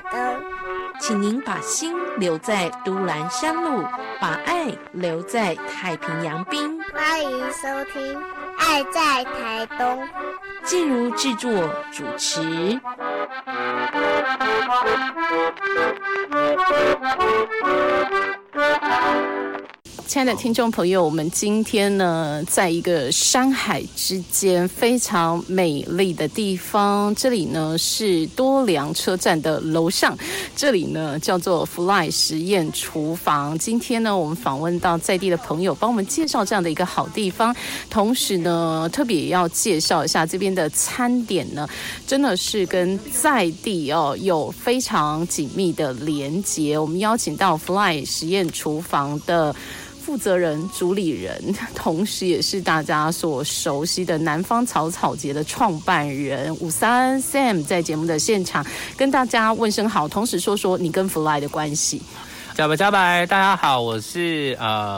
恩。 请您把心留在都兰山路，把爱留在太平洋滨。 欢迎收听《爱在台东》， 静茹制作主持。 亲爱的听众朋友，我们今天呢，在一个山海之间非常美丽的地方，这里呢是多良车站的楼上，这里呢叫做 Fly 实验厨房。今天呢，我们访问到在地的朋友，帮我们介绍这样的一个好地方，同时呢，特别也要介绍一下这边的餐点呢，真的是跟在地有非常紧密的连结。我们邀请到 Fly 实验厨房的负责人、主理人，同时也是大家所熟悉的南方草草节的创办人53 Sam， 在节目的现场跟大家问声好，同时说说你跟 Fly 的关系。 加白，大家好，我是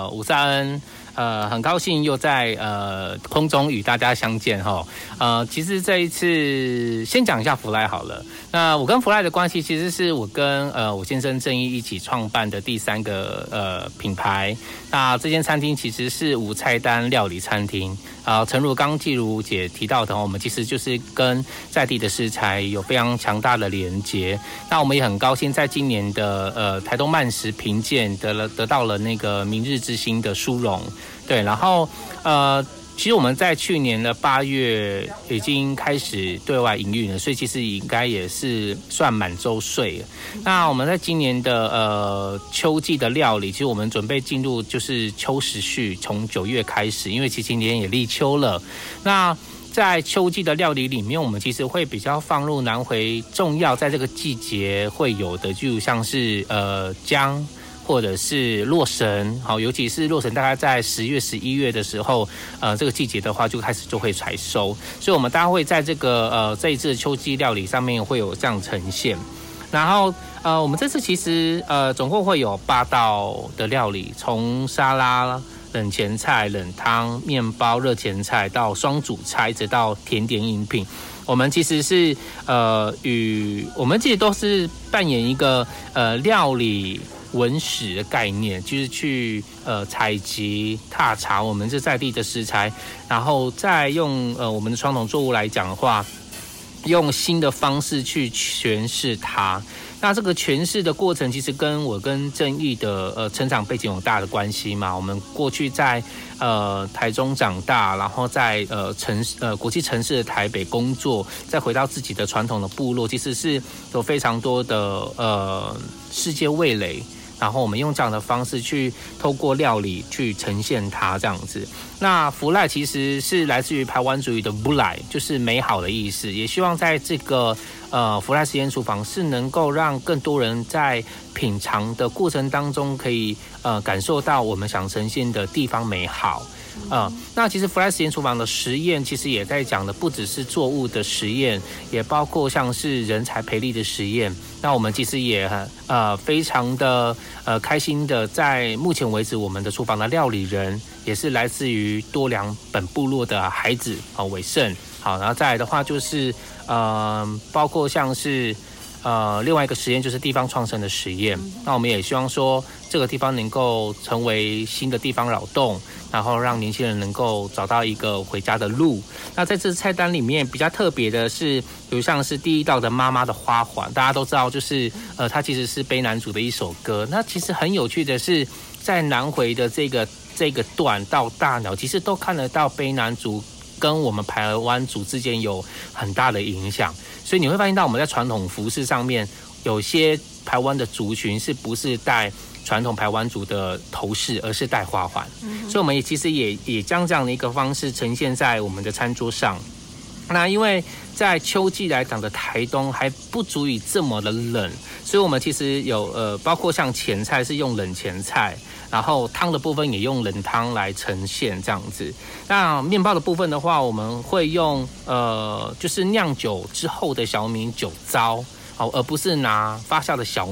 53。很高兴又在空中与大家相见哈。其实这一次先讲一下Fly好了。那我跟Fly的关系，其实是我跟我先生正义一起创办的第3个品牌。那这间餐厅其实是无菜单料理餐厅。诚如刚纪如姐提到的，我们其实就是跟在地的食材有非常强大的连结。那我们也很高兴在今年的台东慢食评鉴得到了那个明日之星的殊荣。对，然后其实我们在去年的8月已经开始对外营运了，所以其实应该也是算满周岁了。那我们在今年的秋季的料理，其实我们准备进入就是秋时序，从9月开始，因为其实今年也立秋了。那在秋季的料理里面，我们其实会比较放入南回重要在这个季节会有的，就像是姜。或者是洛神，好，尤其是洛神，大概在10月、11月的时候，这个季节的话，就开始就会采收，所以我们大家会在这个这一次的秋季料理上面会有这样呈现。然后我们这次其实总共会有8道的料理，从沙拉、冷前菜、冷汤、面包、热前菜到双主菜，一直到甜点饮品。我们其实是我们其实都是扮演一个料理文史的概念，就是去采集踏查我们这在地的食材，然后再用我们的传统作物来讲的话，用新的方式去诠释它。那这个诠释的过程，其实跟我跟正义的成长背景有大的关系嘛。我们过去在台中长大，然后在国际城市的台北工作，再回到自己的传统的部落，其实是有非常多的世界味蕾。然后我们用这样的方式去透过料理去呈现它这样子。那Fly其实是来自于排湾族语的不来，就是美好的意思。也希望在这个Fly实验厨房是能够让更多人在品尝的过程当中，可以感受到我们想呈现的地方美好。那其实Fly实验厨房的实验，其实也在讲的不只是作物的实验，也包括像是人才培力的实验。那我们其实也非常的开心的，在目前为止，我们的厨房的料理人也是来自于多良本部落的孩子伟盛。好，然后再来的话就是包括像是另外一个实验就是地方创生的实验。那我们也希望说这个地方能够成为新的地方扰动，然后让年轻人能够找到一个回家的路。那在这菜单里面比较特别的是，比如像是第1道的妈妈的花环，大家都知道就是它其实是卑南族的一首歌。那其实很有趣的是，在南回的这个段到大鸟，其实都看得到卑南族跟我们排湾族之间有很大的影响。所以你会发现到我们在传统服饰上面，有些排湾的族群是不是戴传统排湾族的头饰，而是戴花环。所以我们其实也将这样的一个方式呈现在我们的餐桌上。那因为在秋季来讲的台东还不足以这么的冷，所以我们其实有包括像前菜是用冷前菜，然后汤的部分也用冷汤来呈现这样子。那面包的部分的话，我们会用就是酿酒之后的小米酒糟，而不是拿发酵的小米。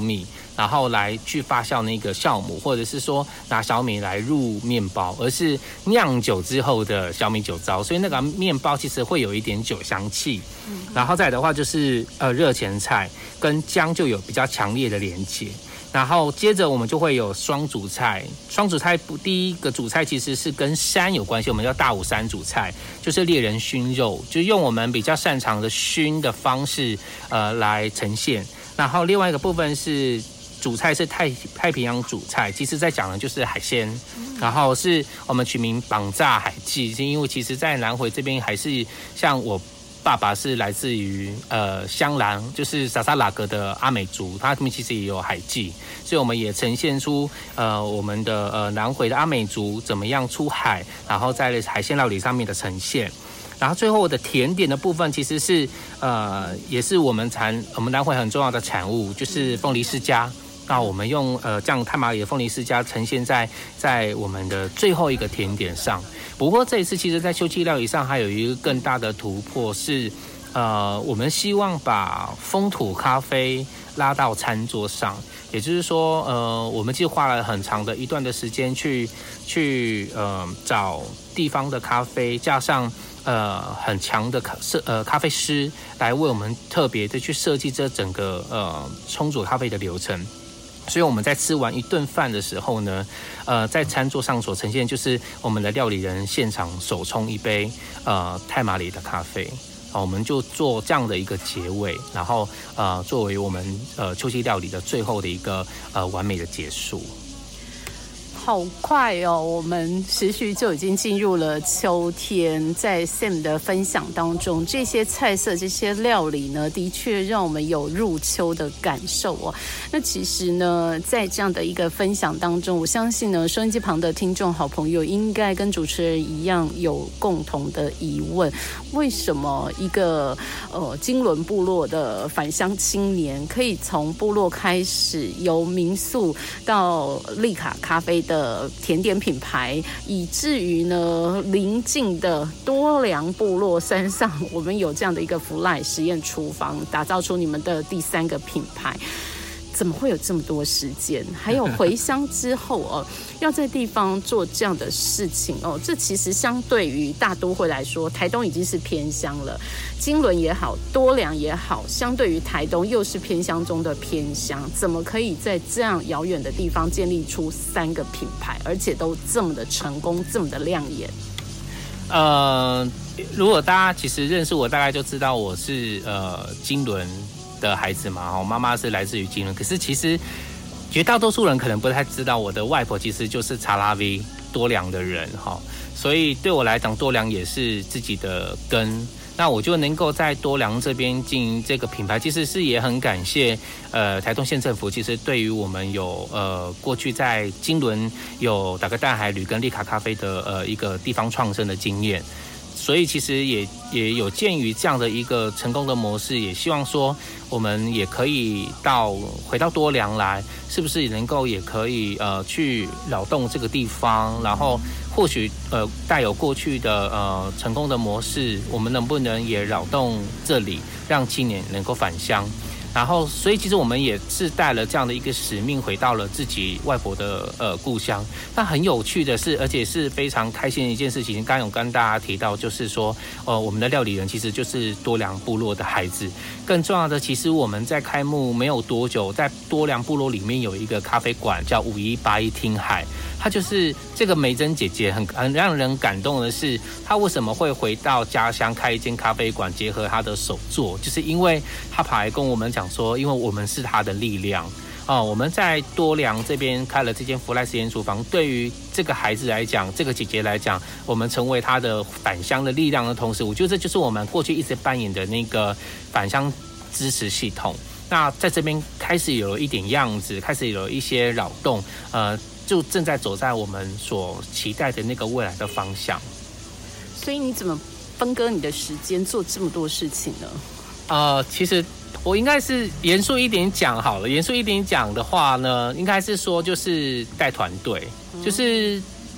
然后来去发酵那个酵母，或者是说拿小米来入面包，而是酿酒之后的小米酒糟，所以那个面包其实会有一点酒香气。然后再来的话就是热前菜跟姜就有比较强烈的连结。然后接着我们就会有双主菜，第一个主菜其实是跟山有关系，我们叫大武山主菜，就是猎人熏肉，就用我们比较擅长的熏的方式来呈现。然后另外一个部分是主菜是太平洋主菜，其实在讲的就是海鲜，然后是我们取名绑炸海记，是因为其实在南回这边还是像我爸爸是来自于香兰，就是萨萨拉格的阿美族，他们其实也有海祭，所以我们也呈现出我们的南回的阿美族怎么样出海，然后在海鲜料理上面的呈现。然后最后的甜点的部分其实是也是我们南回很重要的产物，就是凤梨世家。那我们用这样太麻里的凤梨世家呈现在我们的最后一个甜点上。不过这一次其实在休憩料理上还有一个更大的突破是我们希望把风土咖啡拉到餐桌上，也就是说我们其实花了很长的一段的时间去找地方的咖啡，加上很强的咖啡师来为我们特别的去设计这整个冲煮咖啡的流程。所以我们在吃完一顿饭的时候呢，在餐桌上所呈现就是我们的料理人现场手冲一杯太麻里的咖啡，我们就做这样的一个结尾，然后作为我们秋季料理的最后的一个完美的结束。 好快哦，我们时序就已经进入了秋天。在 Sam 的分享当中，这些菜色、这些料理呢，的确让我们有入秋的感受哦。那其实呢，在这样的一个分享当中，我相信呢，收音机旁的听众好朋友应该跟主持人一样有共同的疑问：为什么一个金轮部落的返乡青年，可以从部落开始，由民宿到丽卡咖啡的甜点品牌，以至于呢邻近的多良部落山上，我们有这样的一个福来实验厨房，打造出你们的第3个品牌。怎么会有这么多时间？还有回乡之后要在地方做这样的事情这其实相对于大都会来说，台东已经是偏乡了。金轮也好，多良也好，相对于台东又是偏乡中的偏乡，怎么可以在这样遥远的地方建立出3个品牌，而且都这么的成功，这么的亮眼？ 如果大家其实认识我，大概就知道我是金轮的孩子嘛，我妈妈是来自于金轮，可是其实绝大多数人可能不太知道，我的外婆其实就是查拉威多良的人哈，所以对我来讲，多良也是自己的根。那我就能够在多良这边经营这个品牌，其实是也很感谢台东县政府，其实对于我们有过去在金轮有打个淡海旅跟丽卡咖啡的一个地方创生的经验。所以其实也有鉴于这样的一个成功的模式，也希望说我们也可以回到多良来，是不是能够也可以去扰动这个地方，然后或许带有过去的成功的模式，我们能不能也扰动这里，让青年能够返乡？然后，所以其实我们也是带了这样的一个使命，回到了自己外婆的故乡。那很有趣的是，而且是非常开心的一件事情。刚刚有跟大家提到，就是说，我们的料理人其实就是多良部落的孩子。更重要的，其实我们在开幕没有多久，在多良部落里面有一个咖啡馆，叫5181听海。她就是这个梅珍姐姐很让人感动的是，她为什么会回到家乡开一间咖啡馆，结合她的手作，就是因为她跑来跟我们讲说，因为我们是她的力量我们在多良这边开了这间福来实验厨房，对于这个孩子来讲，这个姐姐来讲，我们成为她的返乡的力量的同时，我觉得这就是我们过去一直扮演的那个返乡支持系统。那在这边开始有了一点样子，开始有了一些扰动，就正在走在我们所期待的那个未来的方向。 所以你怎么分割你的时间做这么多事情呢？其实我应该是严肃一点讲好了。严肃一点讲的话呢，应该是说就是带团队，就是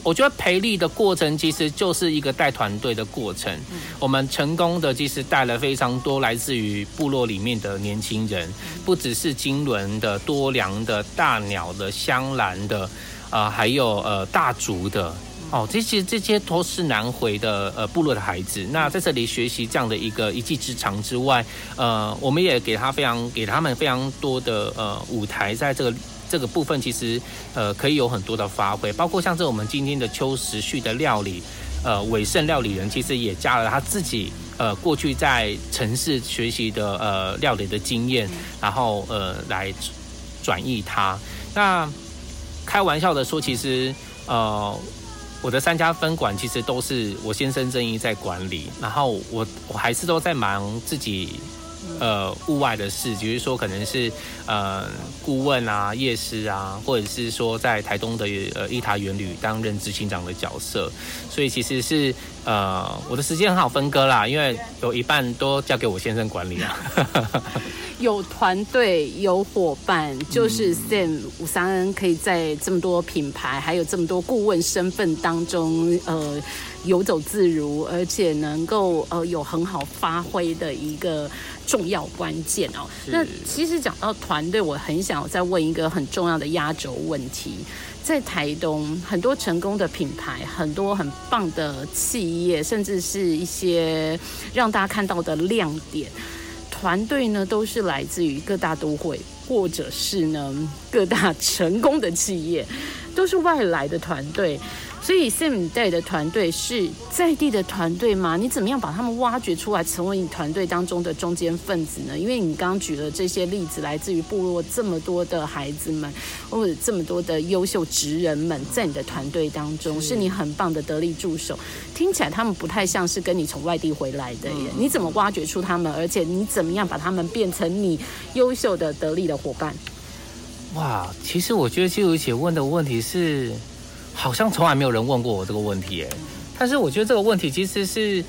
我觉得培力的过程其实就是一个带团队的过程。我们成功的其实带了非常多来自于部落里面的年轻人，不只是金轮的、多良的、大鸟的、香兰的，还有大竹的。这些都是南回的部落的孩子。那在这里学习这样的一技之长之外，我们也给他们非常多的舞台，在这个部分其实可以有很多的发挥，包括像是我们今天的邱时旭的料理，伟盛料理人其实也加了他自己过去在城市学习的料理的经验，然后来转译它。那开玩笑的说，其实我的3家分馆其实都是我先生正义在管理，然后我还是都在忙自己户外的事，比如说可能是顾问啊、业师啊，或者是说在台东的伊塔园旅担任执行长的角色，所以其实是我的时间很好分割啦，因为有一半都交给我先生管理啊。 有团队有伙伴，就是 Sam 吴三恩可以在这么多品牌还有这么多顾问身份当中游走自如，而且能够有很好发挥的一个重要关键哦。那其实讲到团队，我很想再问一个很重要的压轴问题。在台东很多成功的品牌，很多很棒的企业，甚至是一些让大家看到的亮点，团队呢都是来自于各大都会，或者是呢各大成功的企业，都是外来的团队。所以 Sam 带的团队是在地的团队吗？你怎么样把他们挖掘出来，成为你团队当中的中间分子呢？因为你刚刚举了这些例子，来自于部落这么多的孩子们，或者这么多的优秀职人们，在你的团队当中，是你很棒的得力助手。听起来他们不太像是跟你从外地回来的耶。你怎么挖掘出他们？而且你怎么样把他们变成你优秀的得力的伙伴？ 哇，其实我觉得纪如姐问的问题是，好像从来没有人问过我这个问题耶。但是我觉得这个问题其实是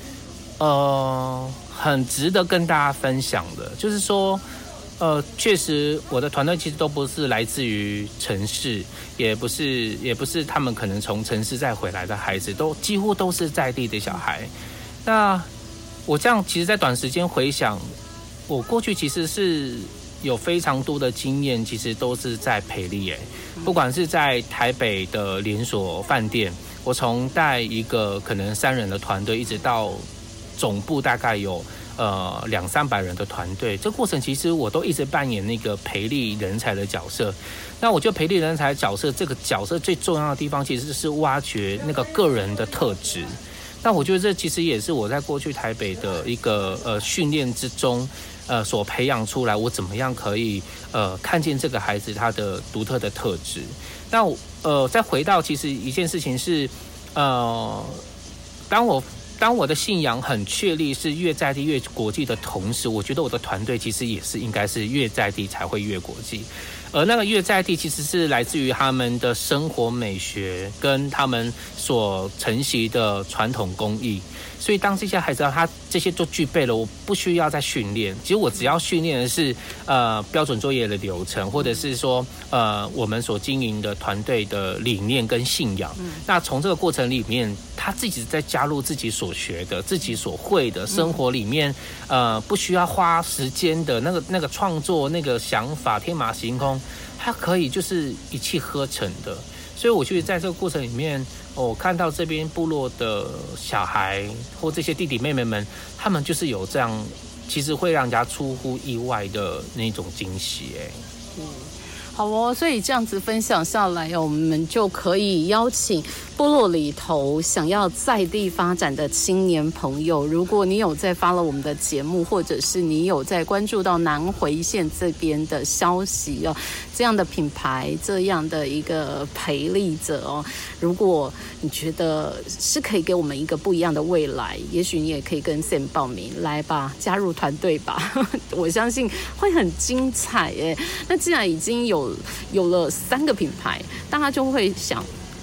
很值得跟大家分享的，就是说确实我的团队其实都不是来自于城市，也不是他们可能从城市再回来的孩子，都几乎都是在地的小孩。那我这样其实在短时间回想，我过去其实是有非常多的经验，其实都是在培力耶。不管是在台北的连锁饭店，我从带一个可能3人的团队，一直到总部大概有200-300人的团队，这过程其实我都一直扮演那个培力人才的角色。那我觉得培力人才角色这个角色最重要的地方，其实是挖掘那个个人的特质。那我觉得这其实也是我在过去台北的一个训练之中所培养出来，我怎么样可以看见这个孩子他的独特的特质。那再回到其实一件事情是当我的信仰很确立是越在地越国际的同时，我觉得我的团队其实也是应该是越在地才会越国际。而那个越在地其实是来自于他们的生活美学跟他们所承袭的传统工艺。所以当这些孩子他这些都具备了，我不需要再训练，其实我只要训练的是标准作业的流程，或者是说我们所经营的团队的理念跟信仰。那从这个过程里面，他自己在加入自己所学的、自己所会的生活里面，不需要花时间的那个创作、那个想法天马行空，他可以就是一气呵成的。所以我觉得在这个过程里面，我看到这边部落的小孩或这些弟弟妹妹们，他们就是有这样，其实会让人家出乎意外的那种惊喜。 好哦，所以这样子分享下来，我们就可以邀请部落里头想要在地发展的青年朋友，如果你有在follow我们的节目，或者是你有在关注到南回县这边的消息哦，这样的品牌，这样的一个培力者哦，如果你觉得是可以给我们一个不一样的未来，也许你也可以跟 Sam 报名来吧，加入团队吧，我相信会很精彩耶。那既然已经有了3个品牌，大家就会想，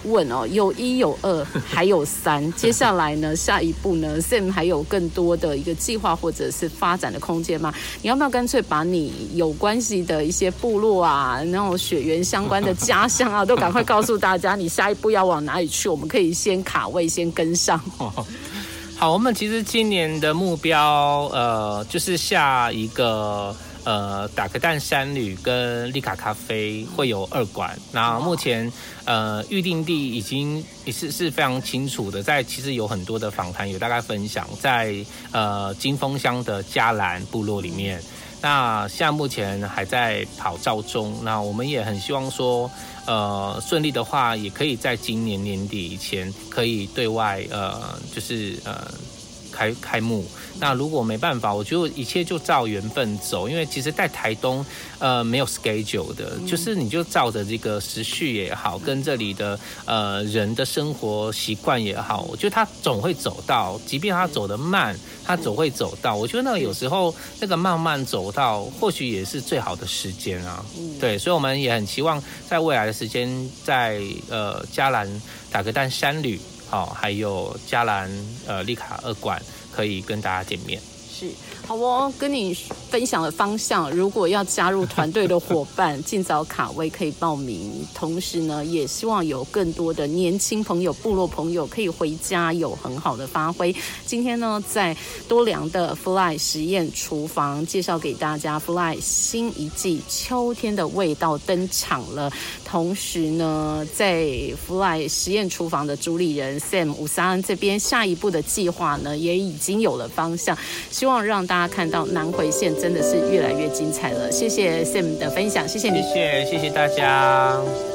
问哦，有1有2还有3，接下来呢，下一步呢 ，Sam 还有更多的一个计划或者是发展的空间吗？你要不要干脆把你有关系的一些部落啊，那种血缘相关的家乡啊，都赶快告诉大家，你下一步要往哪里去？我们可以先卡位，先跟上。 好，我们其实今年的目标，就是下一个打个蛋山旅跟丽卡咖啡会有2馆。那目前预定地已经是非常清楚的，其实有很多的访谈有大概分享在金峰乡的嘉兰部落里面。那现在目前还在跑照中，那我们也很希望说，顺利的话，也可以在今年年底以前可以对外就是开幕。那如果没办法，我觉得一切就照缘分走，因为其实在台东没有 schedule 的，就是你就照着这个时序也好，跟这里的人的生活习惯也好，我觉得他总会走到，即便他走得慢，他总会走到。我觉得那个有时候那个慢慢走到，或许也是最好的时间啊。对，所以我们也很期望在未来的时间，在嘉兰打个蛋山旅，还有嘉兰丽卡2馆可以跟大家见面。 是，好哦，跟你分享的方向，如果要加入团队的伙伴，尽早卡位可以报名。同时呢，也希望有更多的年轻朋友、部落朋友可以回家有很好的发挥。今天呢，在多良的 Fly 实验厨房介绍给大家 Fly 新一季秋天的味道登场了。同时呢，在 Fly 实验厨房的主理人 Sam 武萨恩这边，下一步的计划呢，也已经有了方向，希望让大家看到南回线真的是越来越精彩了。谢谢 Sam 的分享，谢谢你， 谢谢大家。